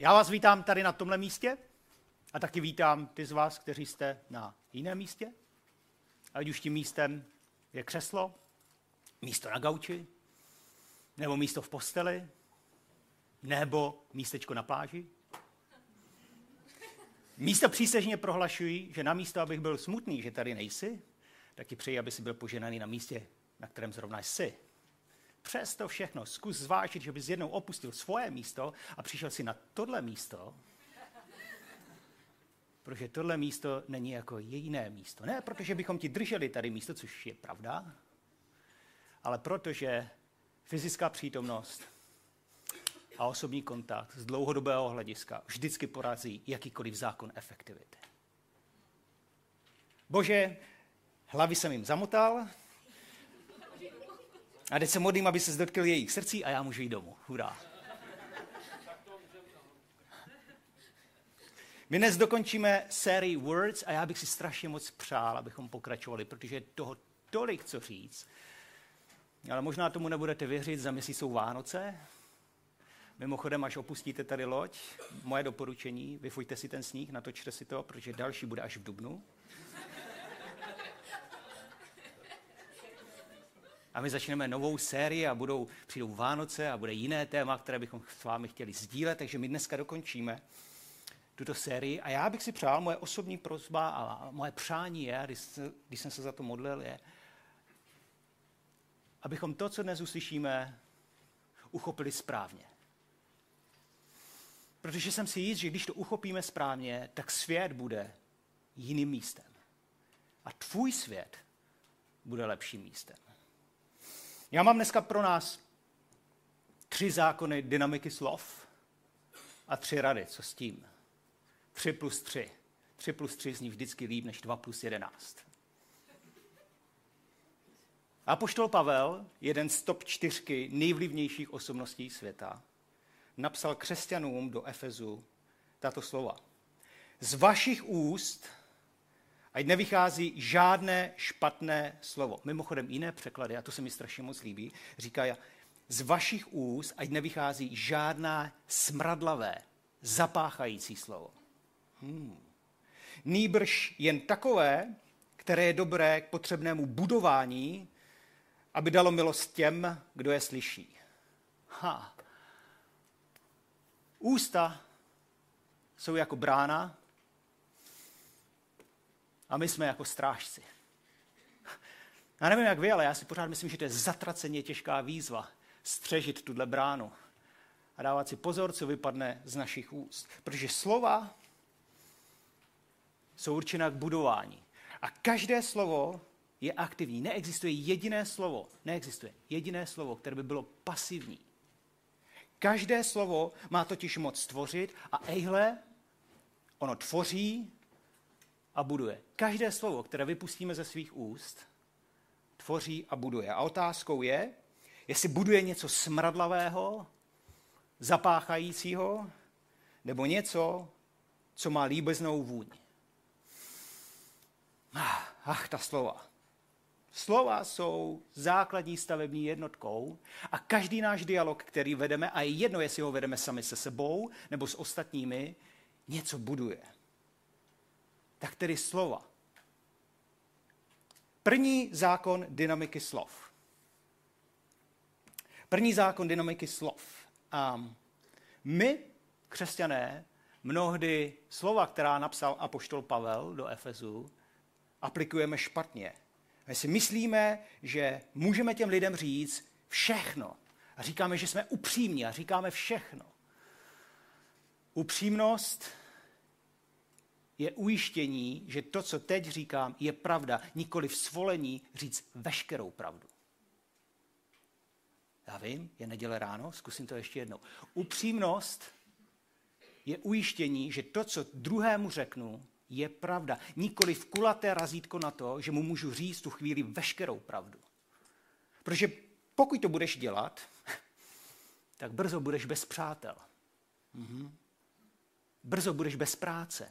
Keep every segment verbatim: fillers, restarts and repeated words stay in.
Já vás vítám tady na tomhle místě a taky vítám ty z vás, kteří jste na jiném místě. Ať už tím místem je křeslo, místo na gauči, nebo místo v posteli, nebo místečko na pláži. Místo přísežně prohlašují, že namísto, abych byl smutný, že tady nejsi, tak ti přeji, aby jsi byl poženaný na místě, na kterém zrovna jsi. Přesto všechno zkus zvážit, že bys jednou opustil svoje místo a přišel si na tohle místo, protože tohle místo není jako jiné místo. Ne, protože bychom ti drželi tady místo, což je pravda, ale protože fyzická přítomnost a osobní kontakt z dlouhodobého hlediska vždycky porazí jakýkoliv zákon efektivity. Bože, hlavy jsem jim zamotal a teď se modlím, aby se dotkl jejich srdcí a já můžu jít domů. Hurá. My dnes dokončíme sérii Words a já bych si strašně moc přál, abychom pokračovali, protože je toho tolik co říct. Ale možná tomu nebudete věřit, za měsíc jsou Vánoce. Mimochodem, až opustíte tady loď, moje doporučení, vyfuďte si ten sníh, natočte si to, protože další bude až v dubnu. A my začneme novou sérii a budou, přijdou Vánoce a bude jiné téma, které bychom s vámi chtěli sdílet, takže my dneska dokončíme tuto sérii. A já bych si přál, moje osobní prosba a moje přání je, když, když jsem se za to modlil, je, abychom to, co dnes uslyšíme, uchopili správně. Protože jsem si jist, že když to uchopíme správně, tak svět bude jiným místem. A tvůj svět bude lepším místem. Já mám dneska pro nás tři zákony dynamiky slov a tři rady, co s tím. Tři plus tři. Tři plus tři zní vždycky líp než dva plus jedenáct. Apoštol Pavel, jeden z top čtyřky nejvlivnějších osobností světa, napsal křesťanům do Efezu tato slova. Z vašich úst ať nevychází žádné špatné slovo. Mimochodem jiné překlady, a to se mi strašně moc líbí, říkají, z vašich úst ať nevychází žádná smradlavé, zapáchající slovo. Hmm. Nýbrž jen takové, které je dobré k potřebnému budování, aby dalo milost těm, kdo je slyší. Ha. Ústa jsou jako brána a my jsme jako strážci. Já nevím, jak vy, ale já si pořád myslím, že to je zatraceně těžká výzva střežit tuhle bránu a dávat si pozor, co vypadne z našich úst. Protože slova jsou určená k budování. A každé slovo je aktivní. Neexistuje jediné slovo, neexistuje jediné slovo, které by bylo pasivní. Každé slovo má totiž moc tvořit a ejhle, ono tvoří a buduje. Každé slovo, které vypustíme ze svých úst, tvoří a buduje. A otázkou je, jestli buduje něco smradlavého, zapáchajícího, nebo něco, co má líbeznou vůni. Ach, ta slova. Slova jsou základní stavební jednotkou a každý náš dialog, který vedeme, a je jedno, jestli ho vedeme sami se sebou nebo s ostatními, něco buduje. Tak tedy slova. První zákon dynamiky slov. První zákon dynamiky slov. Um, my, křesťané, mnohdy slova, která napsal apoštol Pavel do Efezu, aplikujeme špatně. My si myslíme, že můžeme těm lidem říct všechno. A říkáme, že jsme upřímní a říkáme všechno. Upřímnost je ujištění, že to, co teď říkám, je pravda, nikoli v svolení říct veškerou pravdu. Já vím, je neděle ráno, zkusím to ještě jednou. Upřímnost je ujištění, že to, co druhému řeknu, je pravda. Nikoli v kulaté razítko na to, že mu můžu říct tu chvíli veškerou pravdu. Protože pokud to budeš dělat, tak brzo budeš bez přátel. Mhm. Brzo budeš bez práce.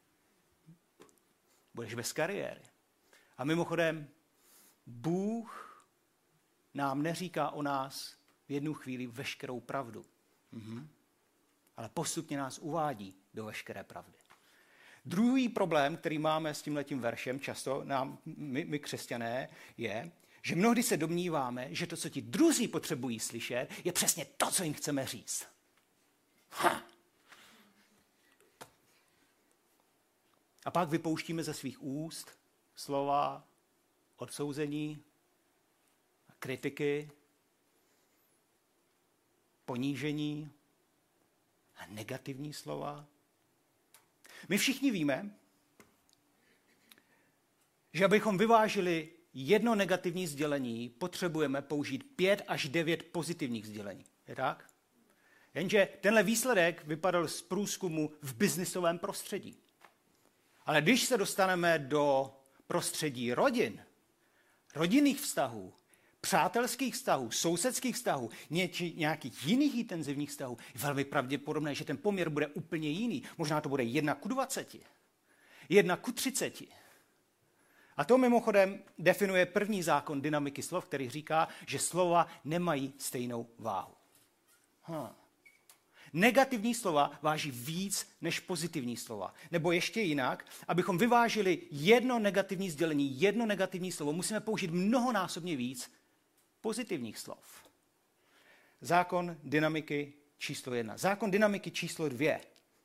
Budeš bez kariéry. A mimochodem, Bůh nám neříká o nás v jednu chvíli veškerou pravdu. Mhm. ale postupně nás uvádí do veškeré pravdy. Druhý problém, který máme s tímhletím veršem, často nám, my, my křesťané, je, že mnohdy se domníváme, že to, co ti druzí potřebují slyšet, je přesně to, co jim chceme říct. Ha! A pak vypouštíme ze svých úst slova odsouzení, kritiky, ponížení a negativní slova. My všichni víme, že abychom vyvážili jedno negativní sdělení, potřebujeme použít pět až devět pozitivních sdělení. Je tak? Jenže tenhle výsledek vypadal z průzkumu v biznisovém prostředí. Ale když se dostaneme do prostředí rodin, rodinných vztahů, přátelských vztahů, sousedských vztahů, něči, nějakých jiných intenzivních vztahů, je velmi pravděpodobné, že ten poměr bude úplně jiný. Možná to bude jedna ku dvaceti, jedna ku třiceti. A to mimochodem definuje první zákon dynamiky slov, který říká, že slova nemají stejnou váhu. Hm. Negativní slova váží víc než pozitivní slova. Nebo ještě jinak, abychom vyvážili jedno negativní sdělení, jedno negativní slovo, musíme použít mnohonásobně víc pozitivních slov. Zákon dynamiky číslo jedna. Zákon dynamiky číslo dvě.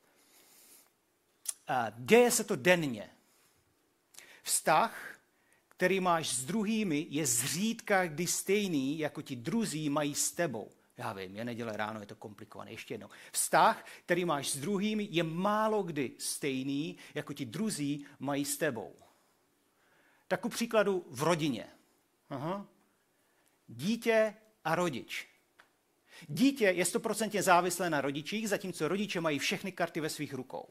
Děje se to denně. Vztah, který máš s druhými, je zřídka kdy stejný, jako ti druzí mají s tebou. Já vím, je neděle ráno, je to komplikované. Ještě jednou. Vztah, který máš s druhými, je málo kdy stejný, jako ti druzí mají s tebou. Tak ku příkladu v rodině. Aha. Dítě a rodič. Dítě je stoprocentně závislé na rodičích, zatímco rodiče mají všechny karty ve svých rukou.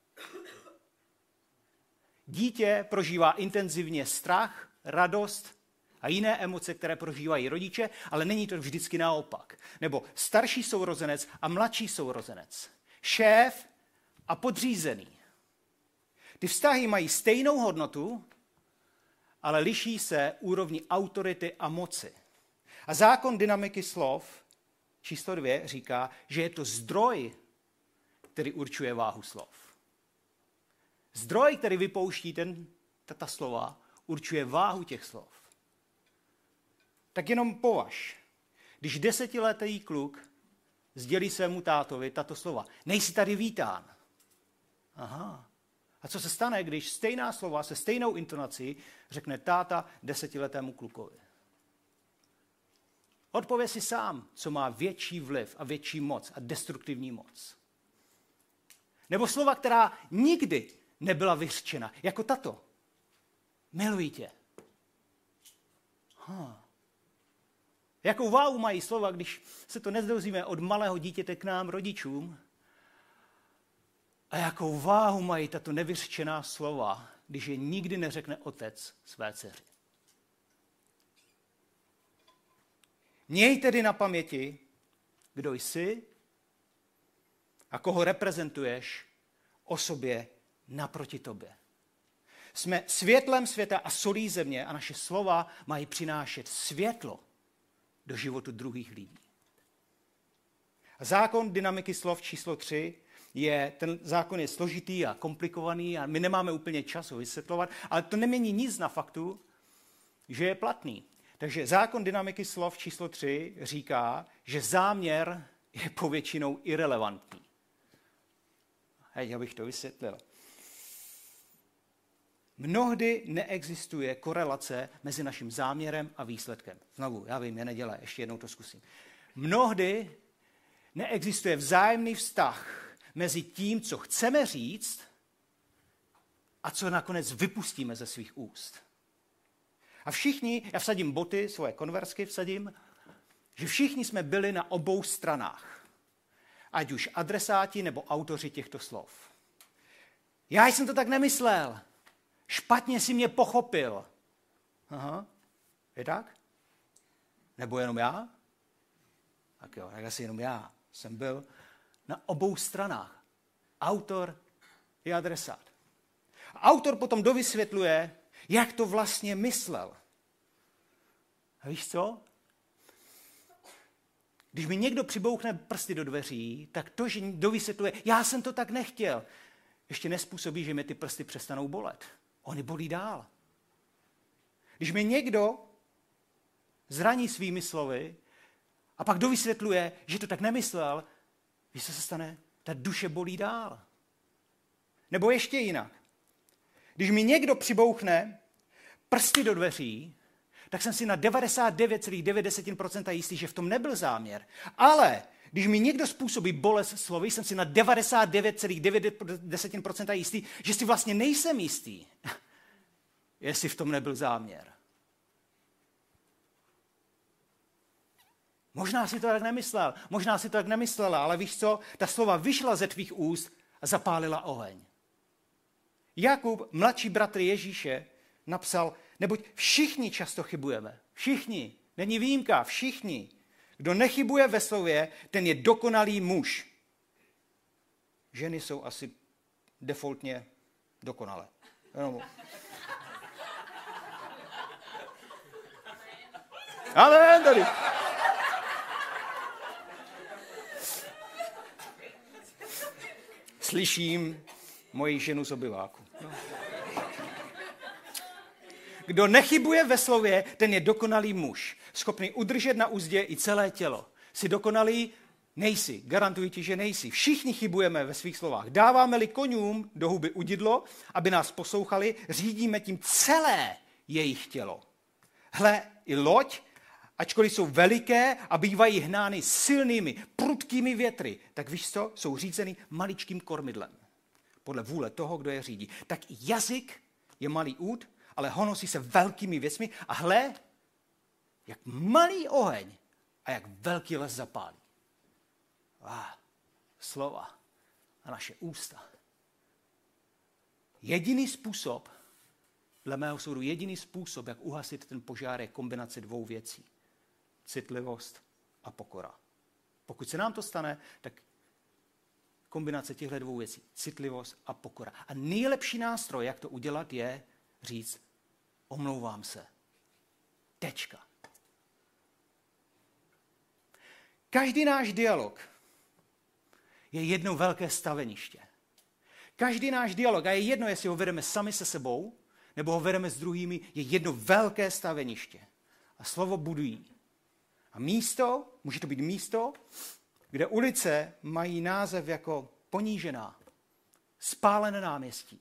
Dítě prožívá intenzivně strach, radost a jiné emoce, které prožívají rodiče, ale není to vždycky naopak. Nebo starší sourozenec a mladší sourozenec. Šéf a podřízený. Ty vztahy mají stejnou hodnotu, ale liší se úrovni autority a moci. A zákon dynamiky slov číslo dvě říká, že je to zdroj, který určuje váhu slov. Zdroj, který vypouští ten, ta slova, určuje váhu těch slov. Tak jenom považ, když desetiletý kluk sdělí svému tátovi tato slova. Nejsi tady vítán. Aha. A co se stane, když stejná slova se stejnou intonací řekne táta desetiletému klukovi? Odpověz si sám, co má větší vliv a větší moc a destruktivní moc. Nebo slova, která nikdy nebyla vyřčena, jako tato. Miluji tě. Huh. Jakou váhu mají slova, když se to nezdozvíme od malého dítěte k nám, rodičům? A jakou váhu mají tato nevyřčená slova, když je nikdy neřekne otec své dceři? Měj tedy na paměti, kdo jsi a koho reprezentuješ osobě naproti tobě. Jsme světlem světa a solí země a naše slova mají přinášet světlo do životu druhých lidí. A zákon dynamiky slov číslo tři je, ten zákon je složitý a komplikovaný a my nemáme úplně času vysvětlovat, ale to nemění nic na faktu, že je platný. Takže zákon dynamiky slov číslo tři říká, že záměr je povětšinou irelevantní. Hej, abych to vysvětlil. Mnohdy neexistuje korelace mezi naším záměrem a výsledkem. Znovu, já vím, je neděle, ještě jednou to zkusím. Mnohdy neexistuje vzájemný vztah mezi tím, co chceme říct a co nakonec vypustíme ze svých úst. A všichni, já vsadím boty, svoje konversky vsadím, že všichni jsme byli na obou stranách. Ať už adresáti nebo autoři těchto slov. Já jsem to tak nemyslel. Špatně si mě pochopil. Aha, je tak? Nebo jenom já? Tak jo, tak asi jenom já jsem byl na obou stranách. Autor i adresát. Autor potom dovysvětluje, jak to vlastně myslel. A víš co? Když mi někdo přibouchne prsty do dveří, tak to, že dovysvětluje, já jsem to tak nechtěl, ještě nespůsobí, že mi ty prsty přestanou bolet. Oni bolí dál. Když mi někdo zraní svými slovy a pak dovysvětluje, že to tak nemyslel, víš, co se stane? Ta duše bolí dál. Nebo ještě jinak. Když mi někdo přibouchne prsty do dveří, tak jsem si na devadesát devět celá devět procent jistý, že v tom nebyl záměr. Ale když mi někdo způsobí bolest slovy, jsem si na devadesát devět celá devět procent jistý, že si vlastně nejsem jistý, jestli v tom nebyl záměr. Možná si to tak nemyslel, možná si to tak nemyslela, ale víš co? Ta slova vyšla ze tvých úst a zapálila oheň. Jakub, mladší bratr Ježíše, napsal, neboť všichni často chybujeme. Všichni. Není výjimka, všichni. Kdo nechybuje ve slově, ten je dokonalý muž. Ženy jsou asi defaultně dokonalé. Ale tady. Slyším moji ženu z obyváku. No. Kdo nechybuje ve slově, ten je dokonalý muž. Schopný udržet na uzdě i celé tělo. Jsi dokonalý? Nejsi. Garantuji ti, že nejsi. Všichni chybujeme ve svých slovách. Dáváme-li koňům do huby udidlo, aby nás poslouchali, řídíme tím celé jejich tělo. Hle, i loď, ačkoliv jsou veliké a bývají hnány silnými, prudkými větry, tak víš co, jsou řízeny maličkým kormidlem. Podle vůle toho, kdo je řídí. Tak i jazyk je malý út, ale honosí se velkými věcmi a hle, jak malý oheň a jak velký les zapálí. Ah, slova a naše ústa. Jediný způsob, dle mého soudu, jediný způsob, jak uhasit ten požár, je kombinace dvou věcí. Citlivost a pokora. Pokud se nám to stane, tak kombinace těchto dvou věcí. Citlivost a pokora. A nejlepší nástroj, jak to udělat, je říct, omlouvám se. Tečka. Každý náš dialog je jedno velké staveniště. Každý náš dialog, a je jedno, jestli ho vedeme sami se sebou, nebo ho vedeme s druhými, je jedno velké staveniště. A slovo budují. A místo, může to být místo, kde ulice mají název jako ponížená, spálené náměstí,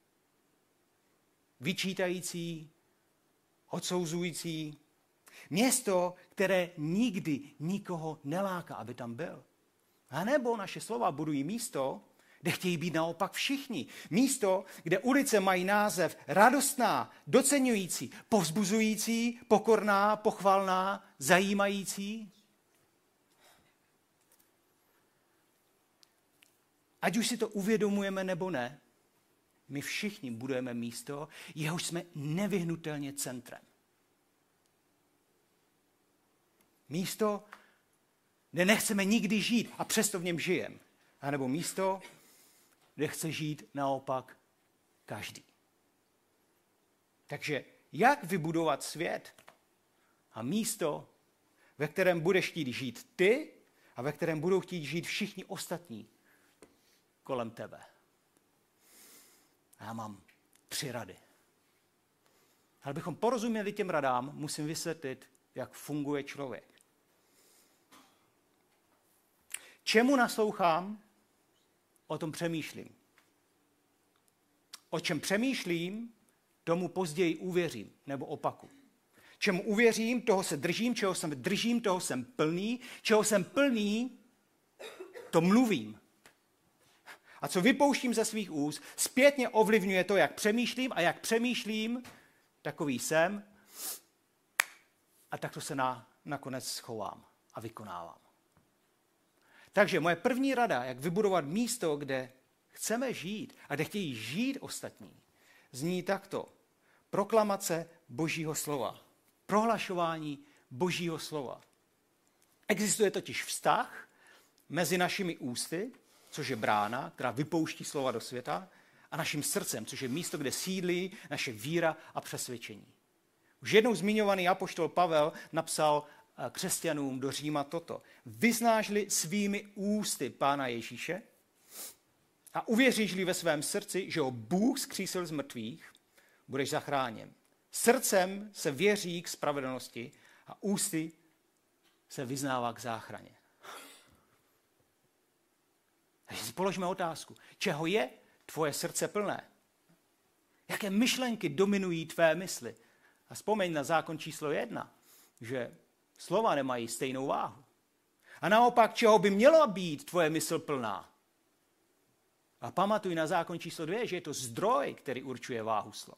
vyčítající, odsouzující, město, které nikdy nikoho neláká, aby tam byl. A nebo naše slova budují místo, kde chtějí být naopak všichni. Místo, kde ulice mají název radostná, doceňující, povzbuzující, pokorná, pochvalná, zajímající. Ať už si to uvědomujeme nebo ne, my všichni budujeme místo, jehož jsme nevyhnutelně centrem. Místo, kde nechceme nikdy žít a přesto v něm žijeme. A nebo místo, kde chce žít naopak každý. Takže jak vybudovat svět a místo, ve kterém budeš chtít žít ty a ve kterém budou chtít žít všichni ostatní kolem tebe? Já mám tři rady. Ale abychom porozuměli těm radám, musím vysvětlit, jak funguje člověk. Čemu naslouchám, o tom přemýšlím. O čem přemýšlím, tomu později uvěřím, nebo opaku. Čemu uvěřím, toho se držím, čeho jsem držím, toho jsem plný, čeho jsem plný, to mluvím. A co vypouštím ze svých úst, zpětně ovlivňuje to, jak přemýšlím a jak přemýšlím, takový jsem a takto se na, nakonec schovám a vykonávám. Takže moje první rada, jak vybudovat místo, kde chceme žít a kde chtějí žít ostatní, zní takto. Proklamace Božího slova. Prohlašování Božího slova. Existuje totiž vztah mezi našimi ústy, což je brána, která vypouští slova do světa, a naším srdcem, což je místo, kde sídlí naše víra a přesvědčení. Už jednou zmiňovaný apoštol Pavel napsal křesťanům do Říma toto. Vyznáš-li svými ústy Pána Ježíše a uvěříš-li ve svém srdci, že ho Bůh zkřísil z mrtvých, budeš zachráněn. Srdcem se věří k spravedlnosti a ústy se vyznává k záchraně. Takže si položme otázku, čeho je tvoje srdce plné? Jaké myšlenky dominují tvé mysli? A vzpomeň na zákon číslo jedna, že slova nemají stejnou váhu. A naopak, čeho by měla být tvoje mysl plná? A pamatuj na zákon číslo dvě, že je to zdroj, který určuje váhu slov.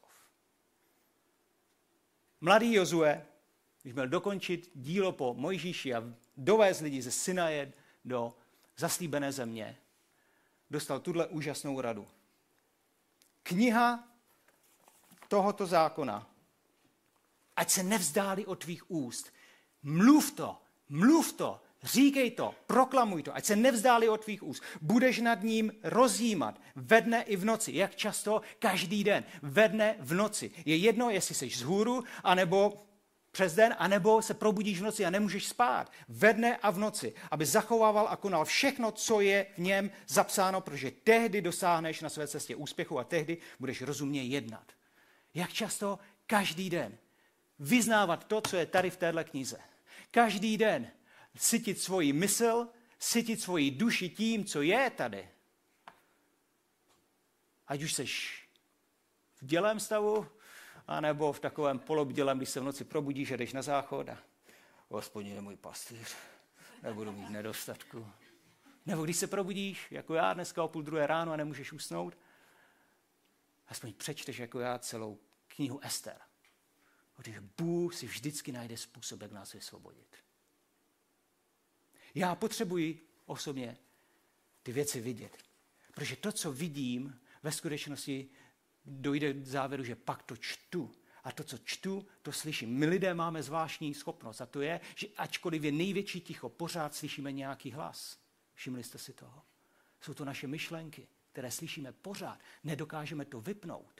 Mladý Jozue, když měl dokončit dílo po Mojžíši a dovést lidi ze Sinaje do zaslíbené země, dostal tuhle úžasnou radu. Kniha tohoto zákona, ať se nevzdálí od tvých úst. Mluv to, mluv to, říkej to, proklamuj to, ať se nevzdálí od tvých úst. Budeš nad ním rozjímat ve dne i v noci. Jak často? Každý den. Ve dne, v noci. Je jedno, jestli jsi vzhůru, anebo přes den, anebo se probudíš v noci a nemůžeš spát. Ve dne a v noci, aby zachovával a konal všechno, co je v něm zapsáno, protože tehdy dosáhneš na své cestě úspěchu a tehdy budeš rozumně jednat. Jak často? Každý den. Vyznávat to, co je tady v téhle knize. Každý den sytit svoji mysl, sytit svoji duši tím, co je tady. Ať už seš v dělém stavu, anebo v takovém polobdělém, když se v noci probudíš a jdeš na záchod a Hospodin je můj pastýř, nebudu mít nedostatku. Nebo když se probudíš, jako já dneska o půl druhé ráno a nemůžeš usnout, aspoň přečteš jako já celou knihu Ester. Protože Bůh si vždycky najde způsob, jak nás vysvobodit. Já potřebuji osobně ty věci vidět. Protože to, co vidím, ve skutečnosti dojde k závěru, že pak to čtu. A to, co čtu, to slyším. My lidé máme zvláštní schopnost. A to je, že ačkoliv je největší ticho, pořád slyšíme nějaký hlas. Všimli jste si toho? Jsou to naše myšlenky, které slyšíme pořád. Nedokážeme to vypnout.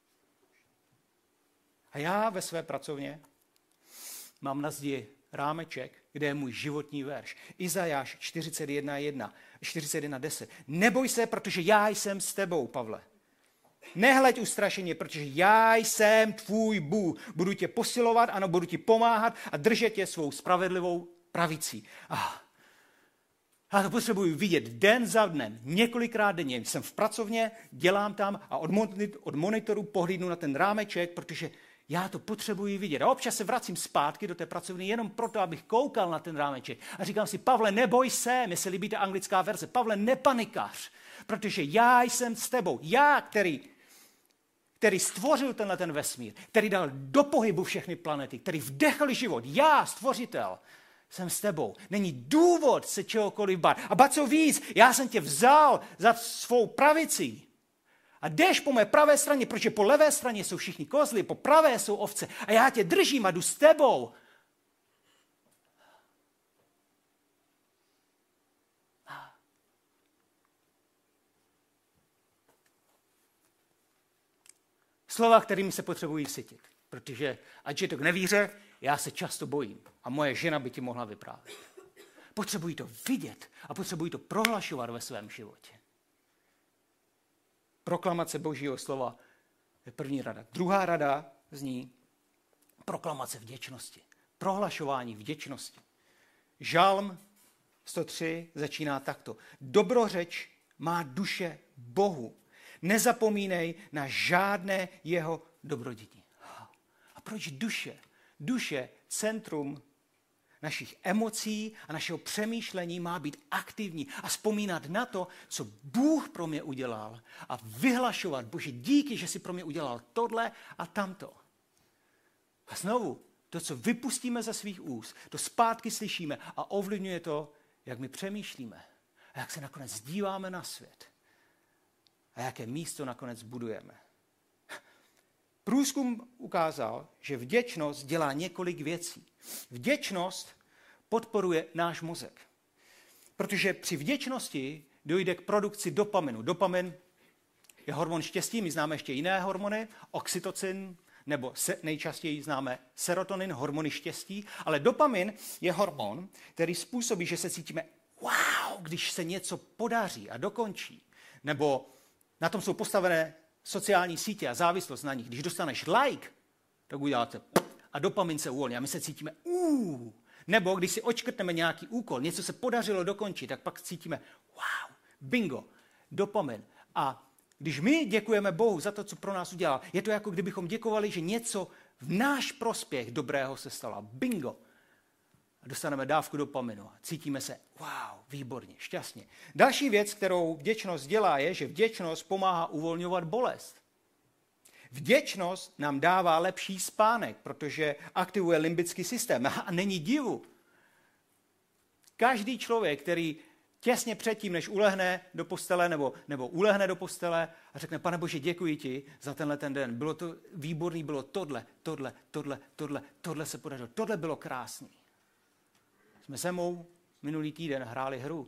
A já ve své pracovně mám na zdi rámeček, kde je můj životní verš. Izajáš čtyřicet jedna jedna, čtyřicet jedna deset. Neboj se, protože já jsem s tebou, Pavle. Nehleď ustrašeně, protože já jsem tvůj Bůh. Budu tě posilovat, ano, budu ti pomáhat a držet tě svou spravedlivou pravicí. Ah. Já to potřebuji vidět den za dnem, několikrát denně. Jsem v pracovně, dělám tam a od monitoru pohlídnu na ten rámeček, protože já to potřebuji vidět. A občas se vracím zpátky do té pracovny jenom proto, abych koukal na ten rámeček. A říkám si, Pavle, neboj se, mi se líbí ta anglická verze. Pavle, nepanikař, protože já jsem s tebou. Já, který, který stvořil tenhle ten vesmír, který dal do pohybu všechny planety, který vdechl život. Já, stvořitel, jsem s tebou. Není důvod se čehokoliv bát. A ba co víc, já jsem tě vzal za svou pravicí. A jdeš po mé pravé straně, protože po levé straně jsou všichni kozly, po pravé jsou ovce. A já tě držím a jdu s tebou. Slova, kterými se potřebují sytit. Protože ať je to k nevíře, já se často bojím. A moje žena by ti mohla vyprávět. Potřebují to vidět a potřebují to prohlašovat ve svém životě. Proklamace Božího slova je první rada. Druhá rada zní proklamace vděčnosti. Prohlašování vděčnosti. Žalm sto tři začíná takto. Dobrořeč má duše Bohu. Nezapomínej na žádné jeho dobrodění. A proč duše? Duše, centrum našich emocí a našeho přemýšlení má být aktivní a vzpomínat na to, co Bůh pro mě udělal a vyhlašovat, Bože, díky, že jsi pro mě udělal tohle a tamto. A znovu, to, co vypustíme ze svých úst, to zpátky slyšíme a ovlivňuje to, jak my přemýšlíme a jak se nakonec díváme na svět a jaké místo nakonec budujeme. Průzkum ukázal, že vděčnost dělá několik věcí. Vděčnost podporuje náš mozek. Protože při vděčnosti dojde k produkci dopaminu. Dopamin je hormon štěstí, my známe ještě jiné hormony, oxytocin, nebo se, nejčastěji známe serotonin, hormony štěstí, ale dopamin je hormon, který způsobí, že se cítíme wow, když se něco podaří a dokončí. Nebo na tom jsou postavené sociální sítě a závislost na nich. Když dostaneš like, tak uděláte a dopamin se uvolní a my se cítíme uh. Nebo když si očkrtneme nějaký úkol, něco se podařilo dokončit, tak pak cítíme wow, bingo, dopamin. A když my děkujeme Bohu za to, co pro nás udělal, je to jako kdybychom děkovali, že něco v náš prospěch dobrého se stalo. Bingo. A dostaneme dávku dopaminu. Cítíme se, wow, výborně, šťastně. Další věc, kterou vděčnost dělá, je, že vděčnost pomáhá uvolňovat bolest. Vděčnost nám dává lepší spánek, protože aktivuje limbický systém. A není divu. Každý člověk, který těsně předtím, než ulehne do postele nebo, nebo ulehne do postele a řekne, Pane Bože, děkuji ti za tenhle ten den. Bylo to výborný, bylo tohle, tohle, tohle, tohle, tohle se podařilo. Tohle bylo krásný. Jsme se mou minulý týden hráli hru.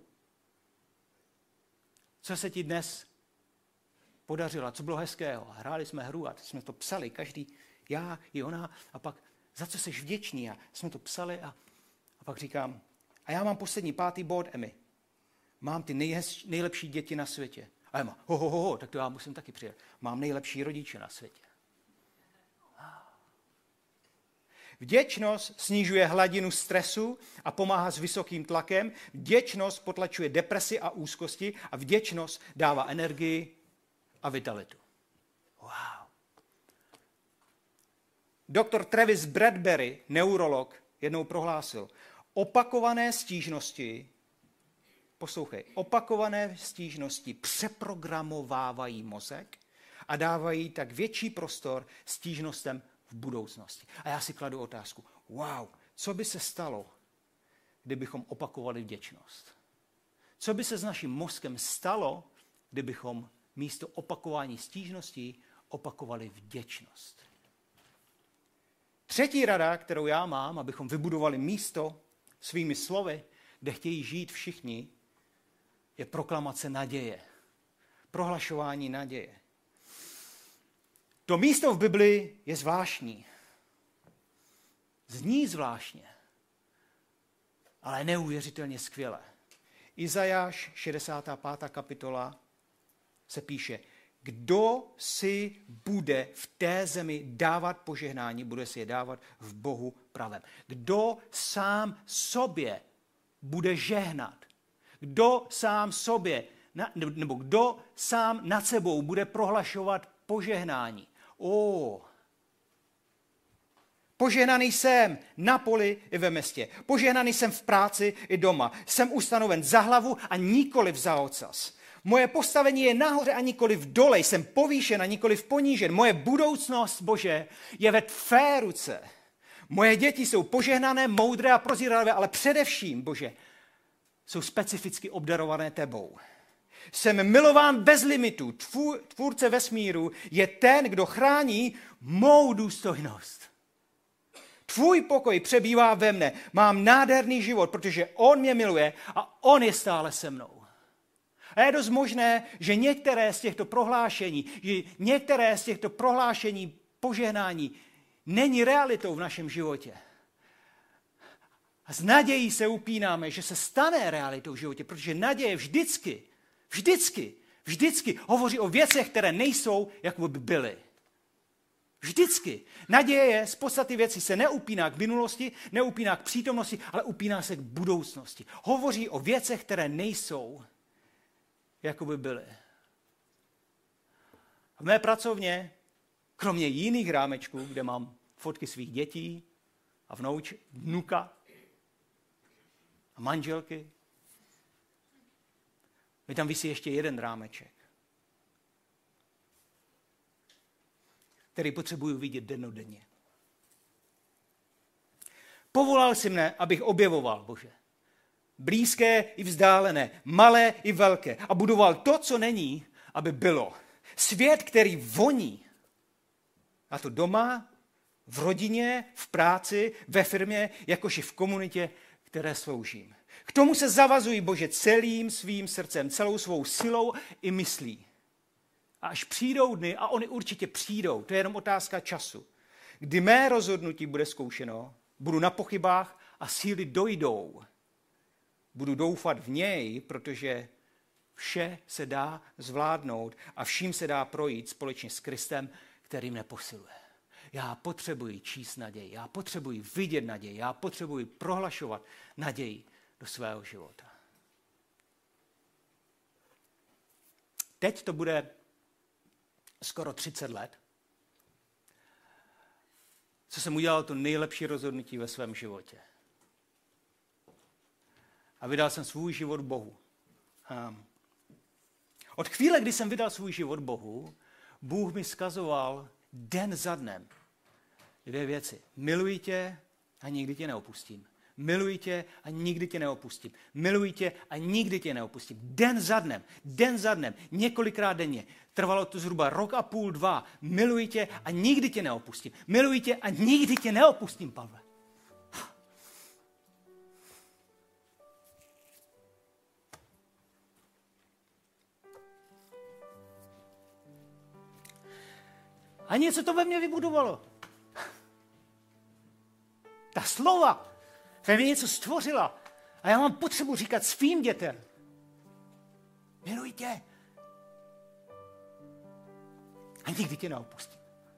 Co se ti dnes podařilo? Co bylo hezkého? Hráli jsme hru a jsme to psali, každý, já i ona. A pak, za co jsi vděčný? A jsme to psali a, a pak říkám, a já mám poslední pátý bod, Emy. Mám ty nejhez, nejlepší děti na světě. A Ema, ho, ho, ho, ho, tak to já musím taky přijet. Mám nejlepší rodiče na světě. Vděčnost snižuje hladinu stresu a pomáhá s vysokým tlakem. Vděčnost potlačuje depresi a úzkosti a vděčnost dává energii a vitalitu. Wow. Doktor Travis Bradbury, neurolog, jednou prohlásil, opakované stížnosti, poslouchej, opakované stížnosti přeprogramovávají mozek a dávají tak větší prostor stížnostem v budoucnosti. A já si kladu otázku, wow, co by se stalo, kdybychom opakovali vděčnost? Co by se s naším mozkem stalo, kdybychom místo opakování stížností opakovali vděčnost? Třetí rada, kterou já mám, abychom vybudovali místo svými slovy, kde chtějí žít všichni, je proklamace naděje. Prohlašování naděje. To místo v Biblii je zvláštní. Zní zvláštně, ale neuvěřitelně skvěle. Izajáš šedesátá pátá kapitola se píše, kdo si bude v té zemi dávat požehnání, bude si je dávat v Bohu pravém. Kdo sám sobě bude žehnat, kdo sám sobě, nebo kdo sám nad sebou bude prohlašovat požehnání. Ó, požehnaný jsem na poli i ve městě. Požehnaný jsem v práci i doma. Jsem ustanoven za hlavu a nikoliv za ocas. Moje postavení je nahoře a nikoliv dole. Jsem povýšen a nikoliv ponížen. Moje budoucnost, Bože, je ve tvé ruce. Moje děti jsou požehnané, moudré a prozíravé, ale především, Bože, jsou specificky obdarované tebou. Jsem milován bez limitů. Tvůr, tvůrce vesmíru je ten, kdo chrání mou důstojnost. Tvůj pokoj přebývá ve mne. Mám nádherný život, protože on mě miluje a on je stále se mnou. A je dost možné, že některé z těchto prohlášení, že některé z těchto prohlášení požehnání není realitou v našem životě. A s nadějí se upínáme, že se stane realitou v životě, protože naděje vždycky, vždycky, vždycky hovoří o věcech, které nejsou, jako by byly. Vždycky. Naděje z podstaty věcí se neupíná k minulosti, neupíná k přítomnosti, ale upíná se k budoucnosti. Hovoří o věcech, které nejsou, jako by byly. V mé pracovně, kromě jiných rámečků, kde mám fotky svých dětí a vnouč, vnuka a manželky, mi tam visí ještě jeden rámeček, který potřebuju vidět dennodenně. Povolal jsi mne, abych objevoval, Bože, blízké i vzdálené, malé i velké a budoval to, co není, aby bylo. Svět, který voní. A to doma, v rodině, v práci, ve firmě, jakož i v komunitě, které sloužím. K tomu se zavazují, Bože, celým svým srdcem, celou svou silou i myslí. A až přijdou dny, a oni určitě přijdou, to je jenom otázka času, Kdy mé rozhodnutí bude zkoušeno, budu na pochybách a síly dojdou. Budu doufat v něj, protože vše se dá zvládnout a vším se dá projít společně s Kristem, který mne posiluje. Já potřebuji číst naději, já potřebuji vidět naději, já potřebuji prohlašovat naději do svého života. Teď to bude skoro třicet let, co jsem udělal to nejlepší rozhodnutí ve svém životě. A vydal jsem svůj život Bohu. Um, Od chvíle, kdy jsem vydal svůj život Bohu, Bůh mi vzkazoval den za dnem dvě věci. Miluji tě a nikdy tě neopustím. Miluji tě a nikdy tě neopustím. Miluji tě a nikdy tě neopustím. Den za dnem, den za dnem, několikrát denně. Trvalo to zhruba rok a půl, dva. Miluji tě a nikdy tě neopustím. Miluji tě a nikdy tě neopustím, Pavle. A něco to ve mně vybudovalo. Ta slova ve mně něco stvořila. A já mám potřebu říkat svým dětem. Miluji tě. A nikdy tě neopustím.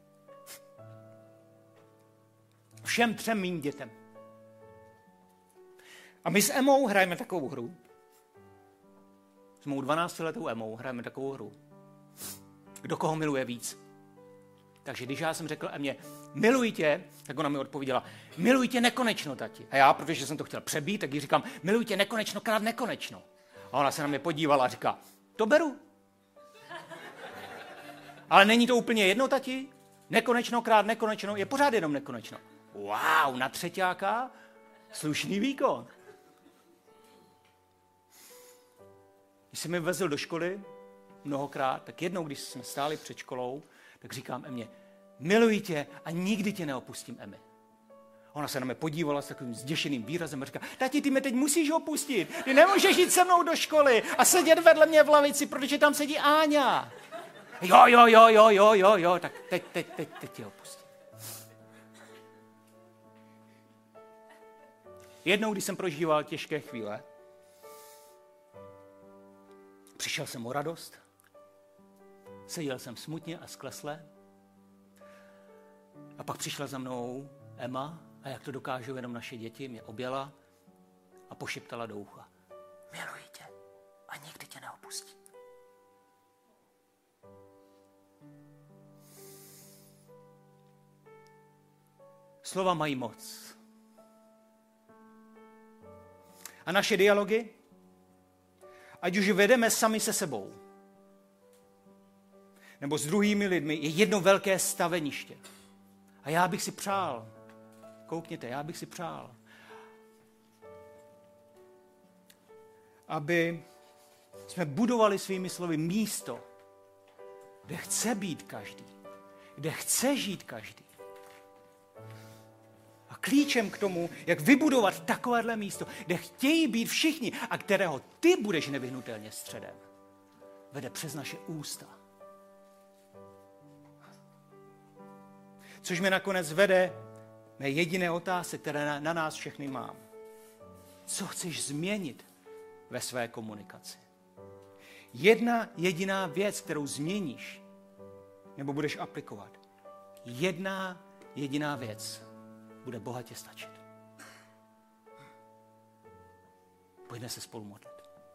Všem třem mým dětem. A my s Emou hrajeme takovou hru. S mou dvanáctiletou Emou hrajeme takovou hru. Kdo koho miluje víc. Takže když já jsem řekl Emě, miluji tě, tak ona mi odpověděla, miluji tě nekonečno, tati. A já, protože jsem to chtěl přebít, tak jí říkám, miluji tě nekonečno krát nekonečno. A ona se na mě podívala a říká, to beru. Ale není to úplně jedno, tati? Nekonečno krát nekonečno je pořád jenom nekonečno. Wow, na třeťáka slušný výkon. Když jsem mi vezl do školy mnohokrát, tak jednou, když jsme stáli před školou, tak říkám Emě, miluji tě a nikdy tě neopustím, Emi. Ona se na mě podívala s takovým zděšeným výrazem a říká, tati, ty mě teď musíš opustit, ty nemůžeš jít se mnou do školy a sedět vedle mě v lavici, protože tam sedí Áňa. Jo, jo, jo, jo, jo, jo, jo, tak teď, teď, teď, teď tě opustím. Jednou, když jsem prožíval těžké chvíle, přišel jsem o radost, seděl jsem smutně a sklesle a pak přišla za mnou Emma a jak to dokážou jenom naše děti, mě objela a pošeptala do ucha. Miluji tě a nikdy tě neopustím. Slova mají moc. A naše dialogy, ať už vedeme sami se sebou, nebo s druhými lidmi, je jedno velké staveniště. A já bych si přál, koukněte, já bych si přál, aby jsme budovali svými slovy místo, kde chce být každý, kde chce žít každý. A klíčem k tomu, jak vybudovat takovéhle místo, kde chtějí být všichni a kterého ty budeš nevyhnutelně středem, vede přes naše ústa. Což mě nakonec vede mé jediné otázce, které na, na nás všechny mám. Co chceš změnit ve své komunikaci? Jedna jediná věc, kterou změníš nebo budeš aplikovat. Jedna jediná věc bude bohatě stačit. Pojďme se spolu modlit.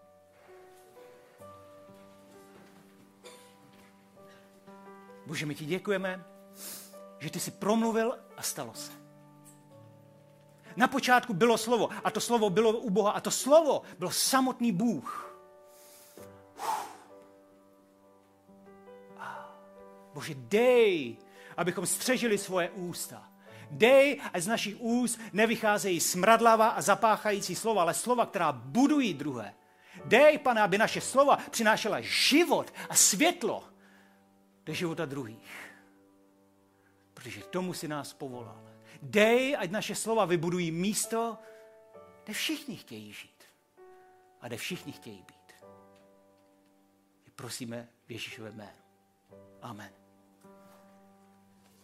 Bože, my ti děkujeme, že ty jsi promluvil a stalo se. Na počátku bylo slovo a to slovo bylo u Boha a to slovo bylo samotný Bůh. Bože, dej, abychom střežili svoje ústa. Dej, ať z našich úst nevycházejí smradlavá a zapáchající slova, ale slova, která budují druhé. Dej, Pane, aby naše slova přinášela život a světlo do života druhých. Protože tomu si nás povolal. Dej, ať naše slova vybudují místo, kde všichni chtějí žít a kde všichni chtějí být. Prosíme v Ježíšově jménu. Amen.